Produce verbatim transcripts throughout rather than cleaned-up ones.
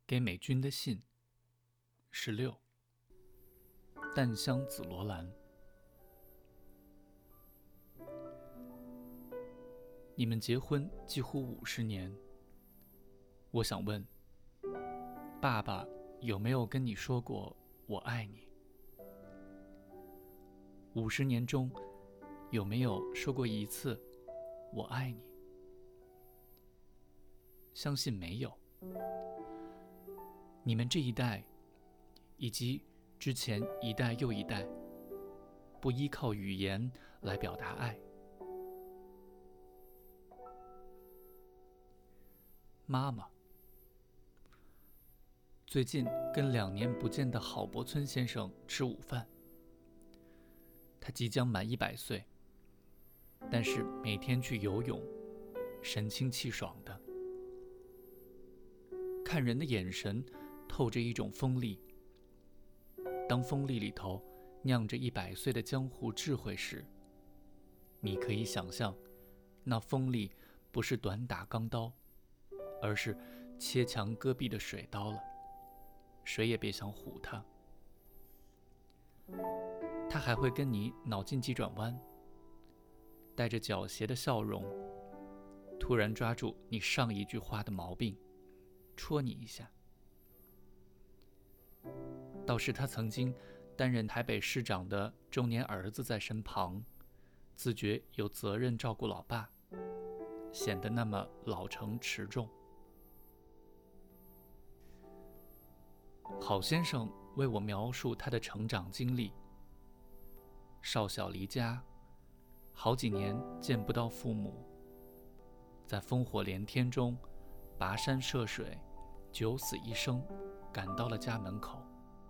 给美军的信。十六，淡香紫罗兰。你们结婚几乎五十年，我想问，爸爸有没有跟你说过我爱你？五十年中，有没有说过一次我爱你？相信没有。你们这一代，以及之前一代又一代，不依靠语言来表达爱。妈妈，最近跟两年不见的郝柏村先生吃午饭。他即将满一百岁，但是每天去游泳，神清气爽的，看人的眼神透着一种锋利。当锋利里头酿着一百岁的江湖智慧时，你可以想象，那锋利不是短打钢刀，而是切墙戈壁的水刀了，谁也别想唬他。他还会跟你脑筋急转弯，带着狡黠的笑容，突然抓住你上一句话的毛病，戳你一下。倒是他曾经担任台北市长的中年儿子在身旁，自觉有责任照顾老爸，显得那么老成持重。郝先生为我描述他的成长经历，少小离家，好几年见不到父母，在烽火连天中跋山涉水，九死一生，赶到了家门口。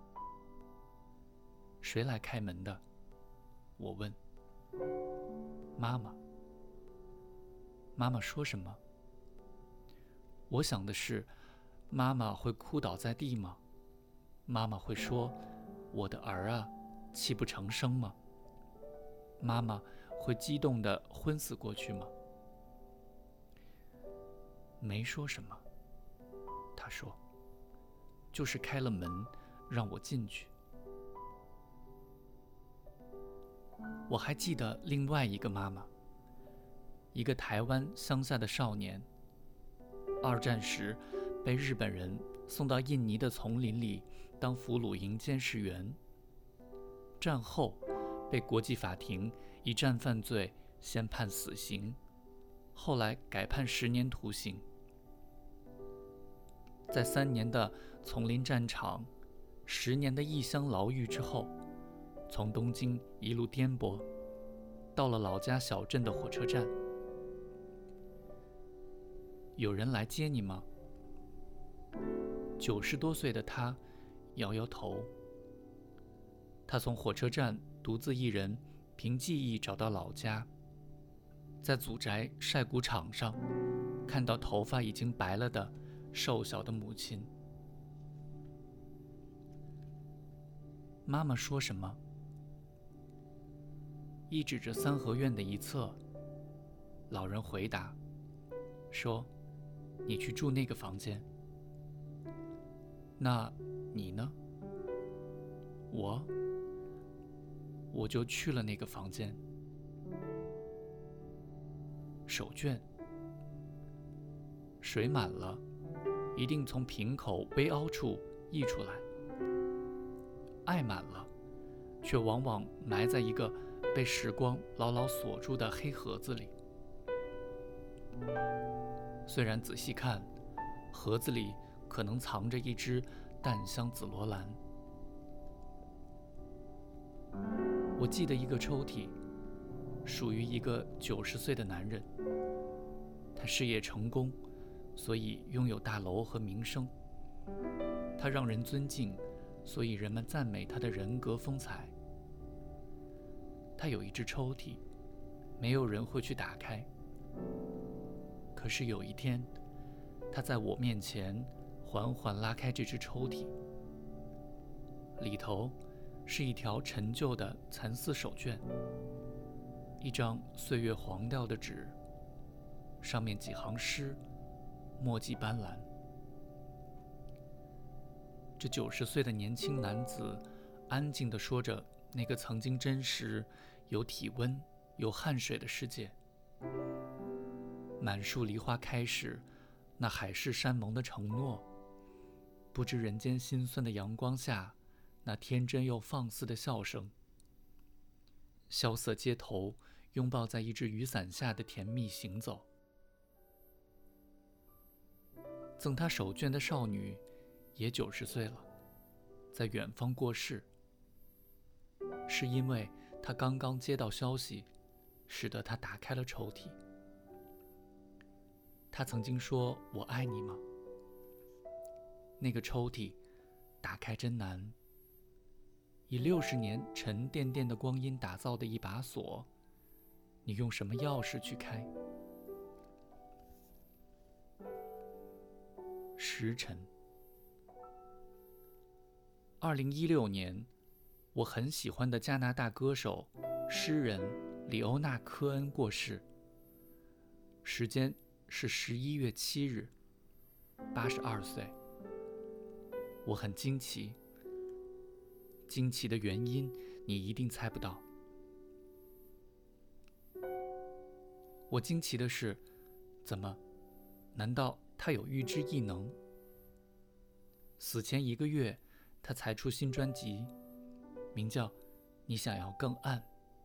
谁来开门的？我问。妈妈。妈妈说什么？我想的是，妈妈会哭倒在地吗？妈妈会说，我的儿啊，泣不成声吗？妈妈会激动地昏死过去吗？没说什么，她说，就是开了门让我进去。我还记得另外一个妈妈，一个台湾乡下的少年，二战时被日本人送到印尼的丛林里当俘虏营监视员，战后被国际法庭以战犯罪先判死刑，后来改判十年徒刑。在三年的丛林战场，十年的异乡牢狱之后，从东京一路颠簸，到了老家小镇的火车站。有人来接你吗？九十多岁的他摇摇头。他从火车站独自一人凭记忆找到老家，在祖宅晒谷场上看到头发已经白了的瘦小的母亲。妈妈说什么？一指着三合院的一侧，老人回答说，你去住那个房间。那你呢？我我就去了那个房间。手绢水满了，一定从瓶口微凹处溢出来，爱满了，却往往埋在一个被时光牢牢锁住的黑盒子里。虽然仔细看，盒子里可能藏着一只淡香紫罗兰。我记得一个抽屉，属于一个九十岁的男人。他事业成功，所以拥有大楼和名声。他让人尊敬，所以人们赞美他的人格风采。他有一只抽屉，没有人会去打开。可是有一天，他在我面前缓缓拉开这只抽屉，里头是一条陈旧的蚕丝手绢，一张岁月黄掉的纸，上面几行诗，墨迹斑斓。 这九十岁的年轻男子安静地说着那个曾经真实、有体温、有汗水的世界。满树梨花开时，那海誓山盟的承诺，不知人间辛酸的阳光下，那天真又放肆的笑声。萧瑟街头，拥抱在一只雨伞下的甜蜜行走。赠他手绢的少女也九十岁了，在远方过世，是因为他刚刚接到消息，使得他打开了抽屉。他曾经说我爱你吗？那个抽屉打开真难，以六十年沉甸甸的光阴打造的一把锁，你用什么钥匙去开？时辰。二零一六年，我很喜欢的加拿大歌手、诗人里欧纳·科恩过世，时间是十一月七日，八十二岁。我很惊奇，惊奇的原因你一定猜不到。我惊奇的是，怎么？难道他有预知异能？死前一个月，他才出新专辑，名叫《你想要更暗》。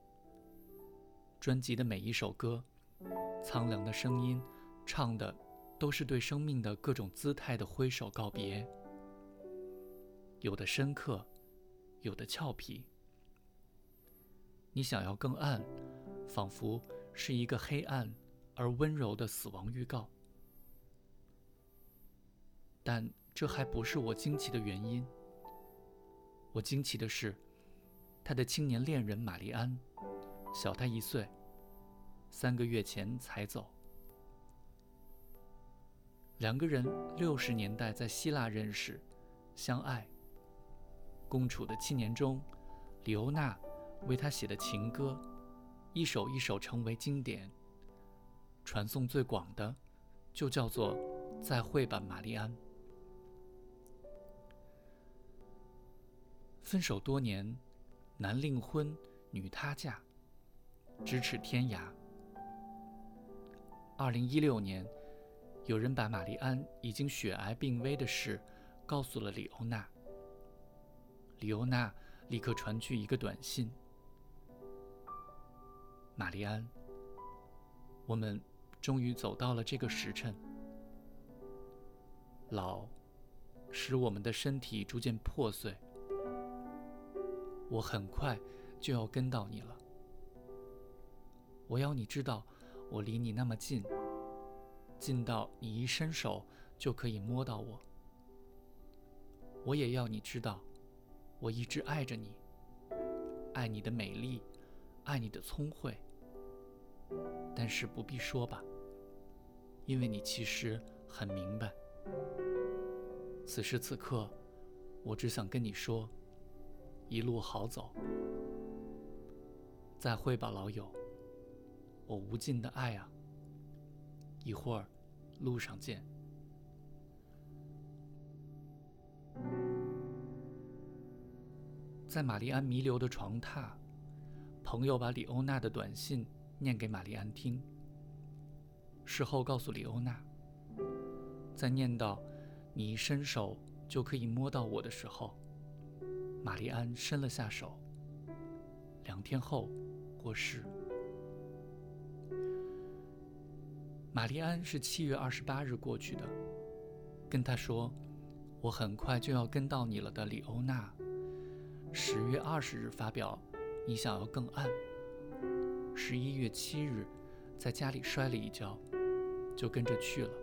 专辑的每一首歌，苍凉的声音，唱的都是对生命的各种姿态的挥手告别，有的深刻，有的俏皮。你想要更暗，仿佛是一个黑暗而温柔的死亡预告。但这还不是我惊奇的原因。我惊奇的是，他的青年恋人玛丽安，小他一岁，三个月前才走。两个人六十年代在希腊认识，相爱。共处的七年中，里欧娜为他写的情歌，一首一首成为经典，传颂最广的，就叫做《再会吧，玛丽安》。分手多年，男另婚，女他嫁，咫尺天涯。二零一六年，有人把玛丽安已经血癌病危的事告诉了里欧娜。里欧娜立刻传去一个短信：玛丽安，我们终于走到了这个时辰。老使我们的身体逐渐破碎，我很快就要跟到你了。我要你知道，我离你那么近，近到你一伸手就可以摸到我。我也要你知道，我一直爱着你，爱你的美丽，爱你的聪慧。但是不必说吧，因为你其实很明白。此时此刻，我只想跟你说，一路好走。再会吧，老友，我无尽的爱啊，一会儿路上见。在玛丽安弥留的床榻，朋友把里欧娜的短信念给玛丽安听。事后告诉里欧娜，在念到你一伸手就可以摸到我的时候，玛丽安伸了下手，两天后过世。玛丽安是七月二十八日过去的，跟他说我很快就要跟到你了的里欧娜，十月二十日发表你想要更暗，十一月七日在家里摔了一跤，就跟着去了。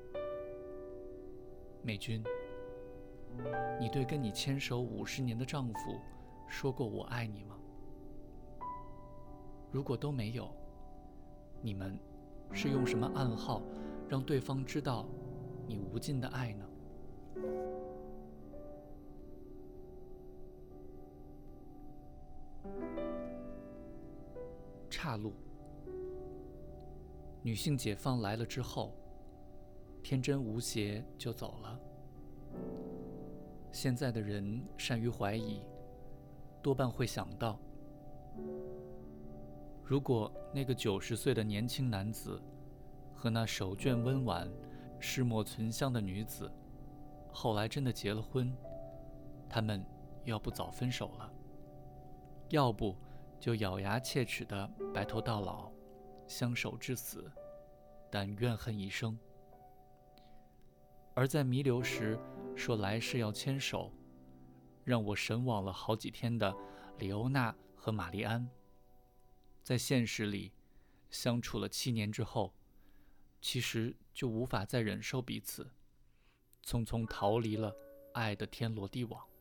美君，你对跟你牵手五十年的丈夫说过我爱你吗？如果都没有，你们是用什么暗号让对方知道你无尽的爱呢？岔路。女性解放来了之后，天真无邪就走了。 现在的人善于怀疑，多半会想到，如果那个九十岁的年轻男子和那手绢温婉、拭墨醇香的女子后来真的结了婚，他们要不早分手了，要不就咬牙切齿地白头到老，相守至死，但怨恨一生。而在弥留时说来世要牵手，让我神往了好几天的里欧娜和玛丽安，在现实里相处了七年之后，其实就无法再忍受彼此，匆匆逃离了爱的天罗地网。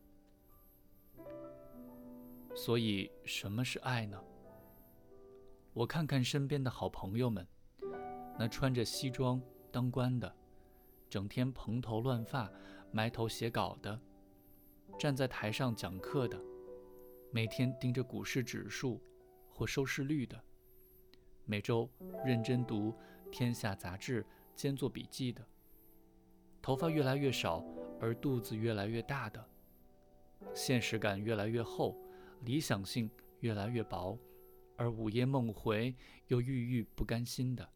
所以什么是爱呢？我看看身边的好朋友们，那穿着西装当官的，整天蓬头乱发埋头写稿的，站在台上讲课的，每天盯着股市指数或收视率的，每周认真读《天下》杂志兼做笔记的，头发越来越少而肚子越来越大的，现实感越来越厚，理想性越来越薄，而午夜梦回又郁郁不甘心的，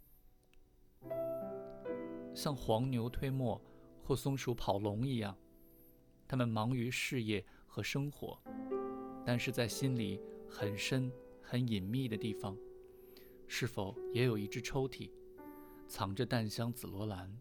像黄牛推磨或松鼠跑龙一样，他们忙于事业和生活，但是在心里很深很隐秘的地方，是否也有一只抽屉，藏着淡香紫罗兰？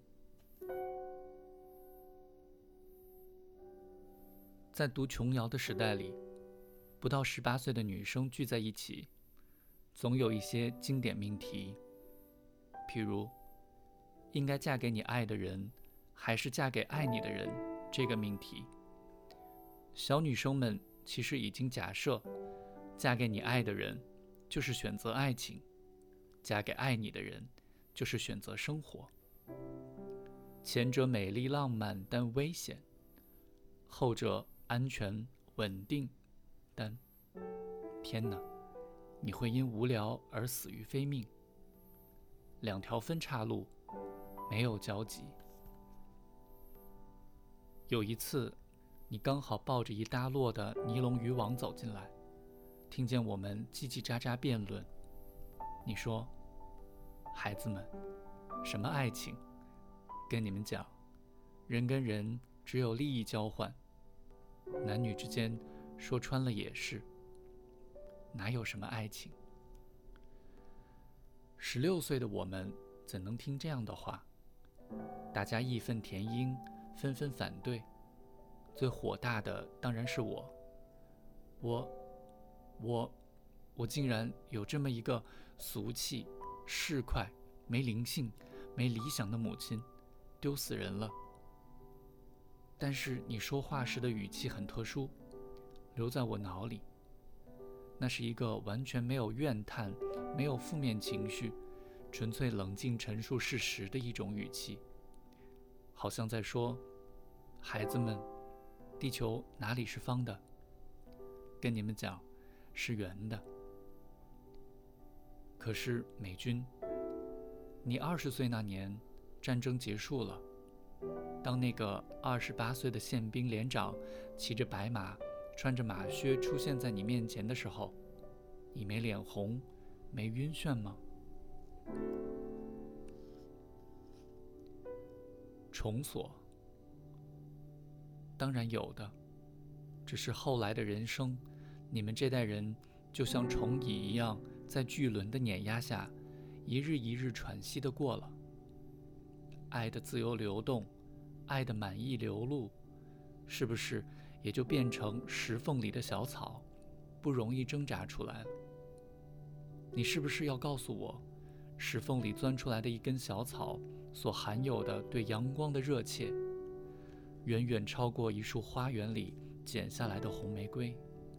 在读琼瑶的时代里，不到十八岁的女生聚在一起，总有一些经典命题，譬如应该嫁给你爱的人，还是嫁给爱你的人这个命题。小女生们其实已经假设，嫁给你爱的人就是选择爱情，嫁给爱你的人就是选择生活。前者美丽浪漫但危险，后者安全稳定，但天哪，你会因无聊而死于非命。两条分岔路，没有交集。有一次，你刚好抱着一大摞的尼龙渔网走进来，听见我们叽叽喳喳辩论。你说：“孩子们，什么爱情？跟你们讲，人跟人只有利益交换，男女之间说穿了也是，哪有什么爱情？”十六岁的我们怎能听这样的话？大家义愤填膺，纷纷反对。最火大的当然是我，我，我，我竟然有这么一个俗气、市侩、没灵性、没理想的母亲，丢死人了。但是你说话时的语气很特殊，留在我脑里。那是一个完全没有怨叹、没有负面情绪，纯粹冷静陈述事实的一种语气，好像在说：“孩子们，地球哪里是方的？跟你们讲，是圆的。”可是美军，你二十岁那年，战争结束了。当那个二十八岁的宪兵连长骑着白马，穿着马靴出现在你面前的时候，你没脸红，没晕眩吗？重锁，当然有的，只是后来的人生，你们这代人就像虫蚁一样，在巨轮的碾压下，一日一日喘息地过了。爱的自由流动，爱的满意流露，是不是也就变成石缝里的小草，不容易挣扎出来了？你是不是要告诉我，石缝里钻出来的一根小草所含有的对阳光的热切，远远超过一束花园里剪下来的红玫瑰？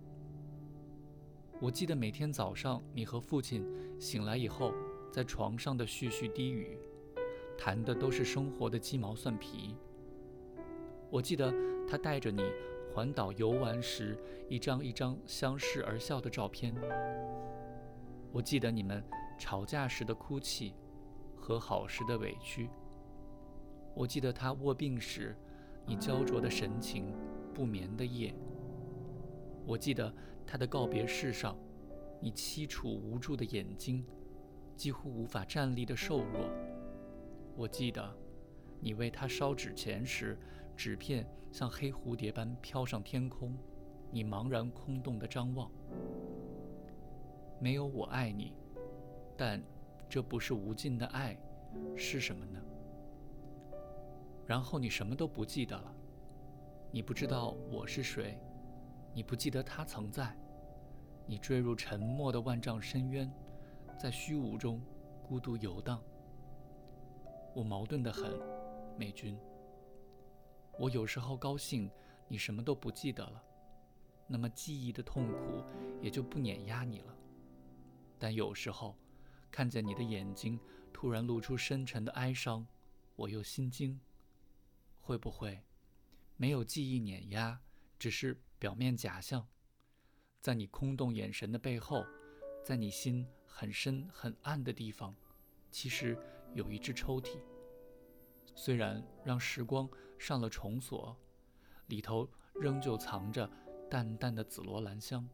我记得每天早上你和父亲醒来以后，在床上的絮絮低语，谈的都是生活的鸡毛蒜皮。我记得他带着你环岛游玩时一张一张相视而笑的照片。我记得你们吵架时的哭泣，和好时的委屈。我记得他卧病时你焦灼的神情，不眠的夜。我记得他的告别式上，你凄楚无助的眼睛，几乎无法站立的瘦弱。我记得你为他烧纸钱时，纸片像黑蝴蝶般飘上天空，你茫然空洞地张望。没有我爱你，但这不是无尽的爱，是什么呢？然后你什么都不记得了，你不知道我是谁，你不记得他曾在，你坠入沉默的万丈深渊，在虚无中孤独游荡。我矛盾得很，美君。我有时候高兴，你什么都不记得了，那么记忆的痛苦也就不碾压你了。但有时候看见你的眼睛突然露出深沉的哀伤，我又心惊。会不会没有记忆碾压，只是表面假象？在你空洞眼神的背后，在你心很深很暗的地方，其实有一只抽屉，虽然让时光上了重锁，里头仍旧藏着淡淡的紫罗兰香。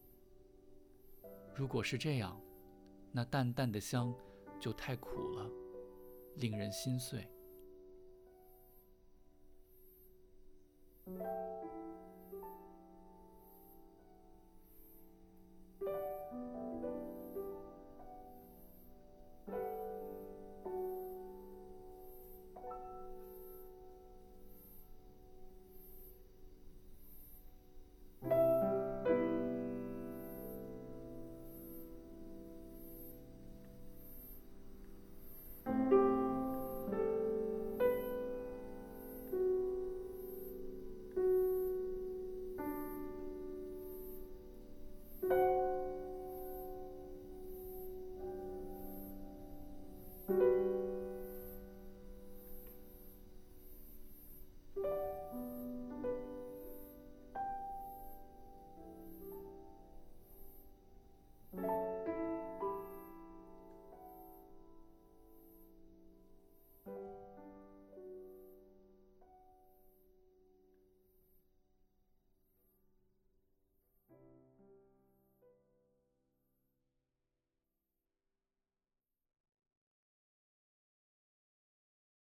如果是这样，那淡淡的香就太苦了，令人心碎。